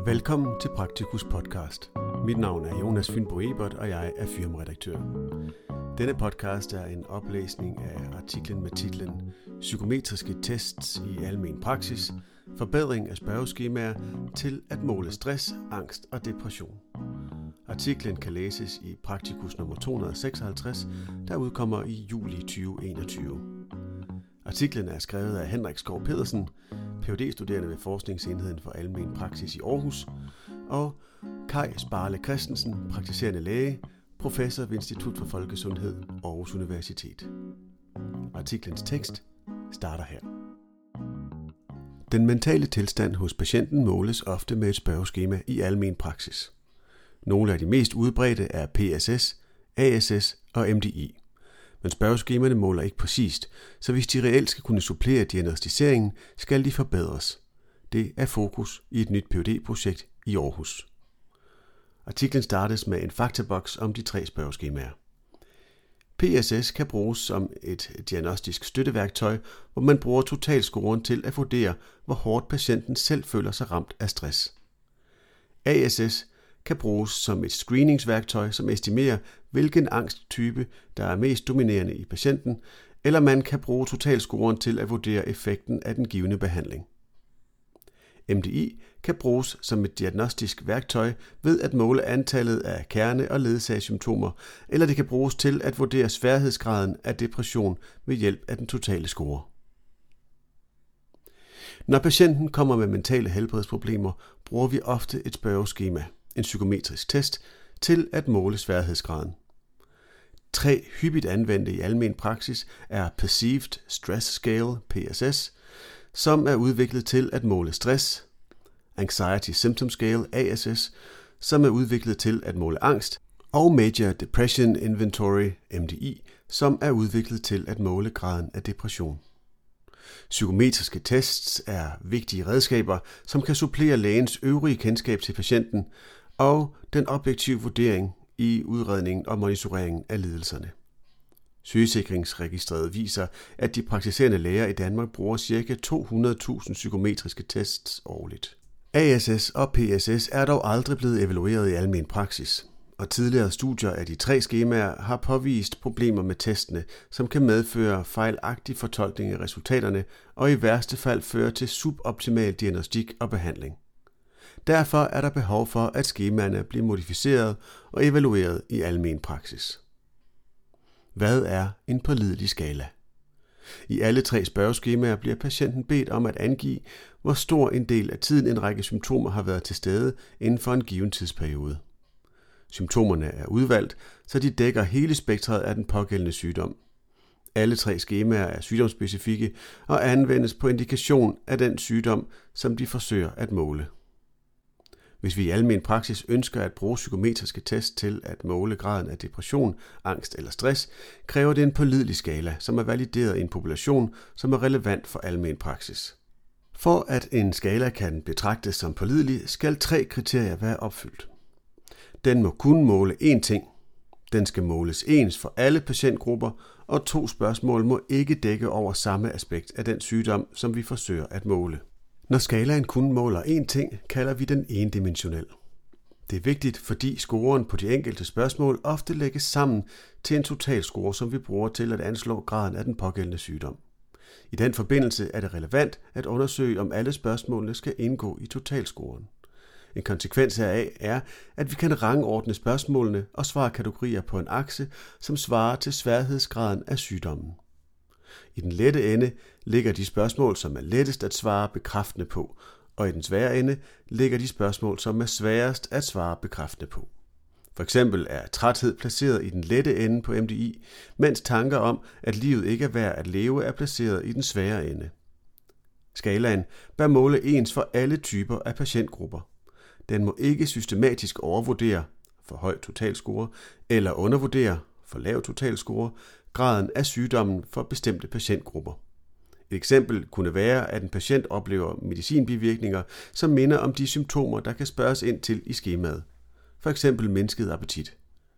Velkommen til Praktikus podcast. Mit navn er Jonas Fynbo Ebert, og jeg er firmaredaktør. Denne podcast er en oplæsning af artiklen med titlen Psykometriske tests i almen praksis, forbedring af spørgeskemaer til at måle stress, angst og depression. Artiklen kan læses i Praktikus nummer 256, der udkommer i juli 2021. Artiklen er skrevet af Henrik Skov Pedersen, Ph.D.-studerende ved Forskningsenheden for Almen Praksis i Aarhus, og Kai Sparle Christensen, praktiserende læge, professor ved Institut for Folkesundhed, Aarhus Universitet. Artiklens tekst starter her. Den mentale tilstand hos patienten måles ofte med et spørgeskema i almen praksis. Nogle af de mest udbredte er PSS, ASS og MDI. Men spørgeskemaerne måler ikke præcist, så hvis de reelt skal kunne supplere diagnostiseringen, skal de forbedres. Det er fokus i et nyt Ph.D.-projekt i Aarhus. Artiklen startes med en faktaboks om de 3 spørgeskemaer. PSS kan bruges som et diagnostisk støtteværktøj, hvor man bruger totalscoren til at vurdere, hvor hårdt patienten selv føler sig ramt af stress. ASS kan bruges som et screeningsværktøj, som estimerer, hvilken angsttype, der er mest dominerende i patienten, eller man kan bruge totalscoren til at vurdere effekten af den givne behandling. MDI kan bruges som et diagnostisk værktøj ved at måle antallet af kerne- og ledsagesymptomer, eller det kan bruges til at vurdere sværhedsgraden af depression ved hjælp af den totale score. Når patienten kommer med mentale helbredsproblemer, bruger vi ofte et spørgeskema, en psykometrisk test, til at måle sværhedsgraden. 3 hyppigt anvendte i almen praksis er Perceived Stress Scale, PSS, som er udviklet til at måle stress, Anxiety Symptom Scale, ASS, som er udviklet til at måle angst, og Major Depression Inventory, MDI, som er udviklet til at måle graden af depression. Psykometriske tests er vigtige redskaber, som kan supplere lægens øvrige kendskab til patienten og den objektive vurdering i udredningen og monitoreringen af lidelserne. Sygesikringsregistret viser, at de praktiserende læger i Danmark bruger ca. 200.000 psykometriske tests årligt. ASS og PSS er dog aldrig blevet evalueret i almen praksis, og tidligere studier af de 3 skemaer har påvist problemer med testene, som kan medføre fejlagtig fortolkning af resultaterne og i værste fald føre til suboptimal diagnostik og behandling. Derfor er der behov for, at skemaerne bliver modificeret og evalueret i almen praksis. Hvad er en pålidelig skala? I alle 3 spørgeskemaer bliver patienten bedt om at angive, hvor stor en del af tiden en række symptomer har været til stede inden for en given tidsperiode. Symptomerne er udvalgt, så de dækker hele spektret af den pågældende sygdom. Alle 3 skemaer er sygdomsspecifikke og anvendes på indikation af den sygdom, som de forsøger at måle. Hvis vi i almen praksis ønsker at bruge psykometriske test til at måle graden af depression, angst eller stress, kræver det en pålidelig skala, som er valideret i en population, som er relevant for almen praksis. For at en skala kan betragtes som pålidelig, skal 3 kriterier være opfyldt. Den må kun måle én ting. Den skal måles ens for alle patientgrupper, og 2 spørgsmål må ikke dække over samme aspekt af den sygdom, som vi forsøger at måle. Når skalaen kun måler én ting, kalder vi den endimensionel. Det er vigtigt, fordi scoren på de enkelte spørgsmål ofte lægges sammen til en totalscore, som vi bruger til at anslå graden af den pågældende sygdom. I den forbindelse er det relevant at undersøge, om alle spørgsmålene skal indgå i totalscoren. En konsekvens heraf er, at vi kan rangordne spørgsmålene og svarkategorier på en akse, som svarer til sværhedsgraden af sygdommen. I den lette ende ligger de spørgsmål, som er lettest at svare bekræftende på, og i den svære ende ligger de spørgsmål, som er sværest at svare bekræftende på. For eksempel er træthed placeret i den lette ende på MDI, mens tanker om, at livet ikke er værd at leve, er placeret i den svære ende. Skalaen bør måle ens for alle typer af patientgrupper. Den må ikke systematisk overvurdere, for høj totalscore, eller undervurdere, for lav totalscore, graden af sygdommen for bestemte patientgrupper. Et eksempel kunne være, at en patient oplever medicinbivirkninger, som minder om de symptomer, der kan spørges ind til i skemaet. For eksempel mindsket appetit.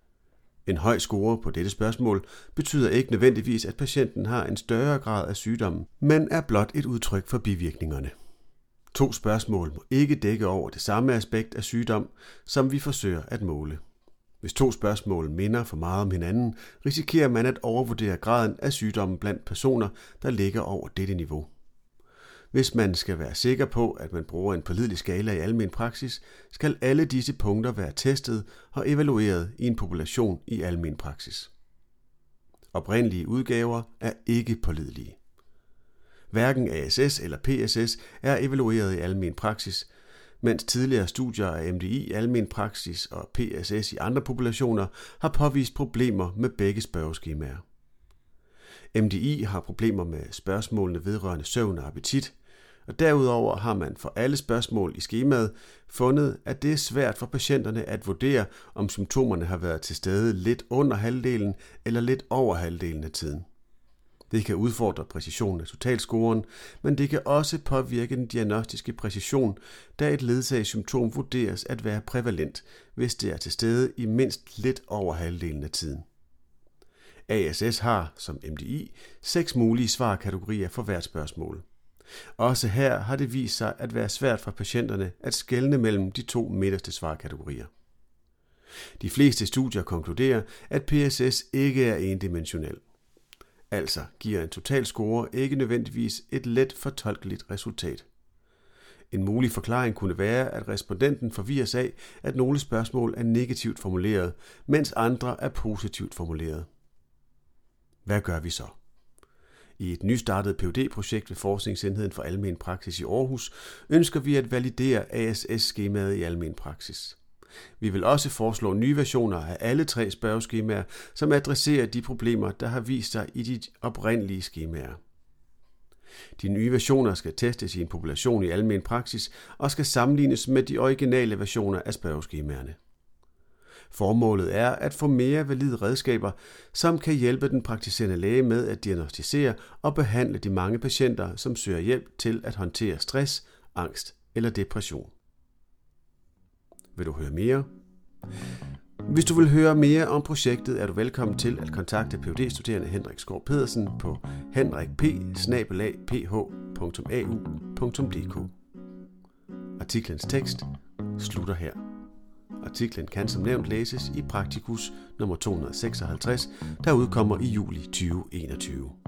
En høj score på dette spørgsmål betyder ikke nødvendigvis, at patienten har en større grad af sygdommen, men er blot et udtryk for bivirkningerne. 2 spørgsmål må ikke dække over det samme aspekt af sygdom, som vi forsøger at måle. Hvis 2 spørgsmål minder for meget om hinanden, risikerer man at overvurdere graden af sygdommen blandt personer, der ligger over dette niveau. Hvis man skal være sikker på, at man bruger en pålidelig skala i almen praksis, skal alle disse punkter være testet og evalueret i en population i almen praksis. Oprindelige udgaver er ikke pålidelige. Hverken ASS eller PSS er evalueret i almen praksis, mens tidligere studier af MDI i almen praksis og PSS i andre populationer har påvist problemer med begge spørgeskemaer. MDI har problemer med spørgsmålene vedrørende søvn og appetit, og derudover har man for alle spørgsmål i skemaet fundet, at det er svært for patienterne at vurdere, om symptomerne har været til stede lidt under halvdelen eller lidt over halvdelen af tiden. Det kan udfordre præcisionen af totalscoren, men det kan også påvirke den diagnostiske præcision, da et ledsagesymptom vurderes at være prævalent, hvis det er til stede i mindst lidt over halvdelen af tiden. ASS har, som MDI, 6 mulige svarkategorier for hvert spørgsmål. Også her har det vist sig at være svært for patienterne at skelne mellem de 2 midterste svarkategorier. De fleste studier konkluderer, at PSS ikke er endimensionel. Altså giver en totalscore ikke nødvendigvis et let fortolkeligt resultat. En mulig forklaring kunne være, at respondenten forvirres af, at nogle spørgsmål er negativt formuleret, mens andre er positivt formuleret. Hvad gør vi så? I et nystartet Ph.D.-projekt ved Forskningsenheden for Almen Praksis i Aarhus ønsker vi at validere ASS-skemaet i almen praksis. Vi vil også foreslå nye versioner af alle 3 spørgeskemaer, som adresserer de problemer, der har vist sig i de oprindelige skemaer. De nye versioner skal testes i en population i almen praksis og skal sammenlignes med de originale versioner af spørgeskemaerne. Formålet er at få mere valide redskaber, som kan hjælpe den praktiserende læge med at diagnosticere og behandle de mange patienter, som søger hjælp til at håndtere stress, angst eller depression. Vil du høre mere? Hvis du vil høre mere om projektet, er du velkommen til at kontakte Ph.D.-studerende Henrik Skov Pedersen på henrikp@ph.au.dk. Artiklens tekst slutter her. Artiklen kan som nævnt læses i Practicus nummer 256, der udkommer i juli 2021.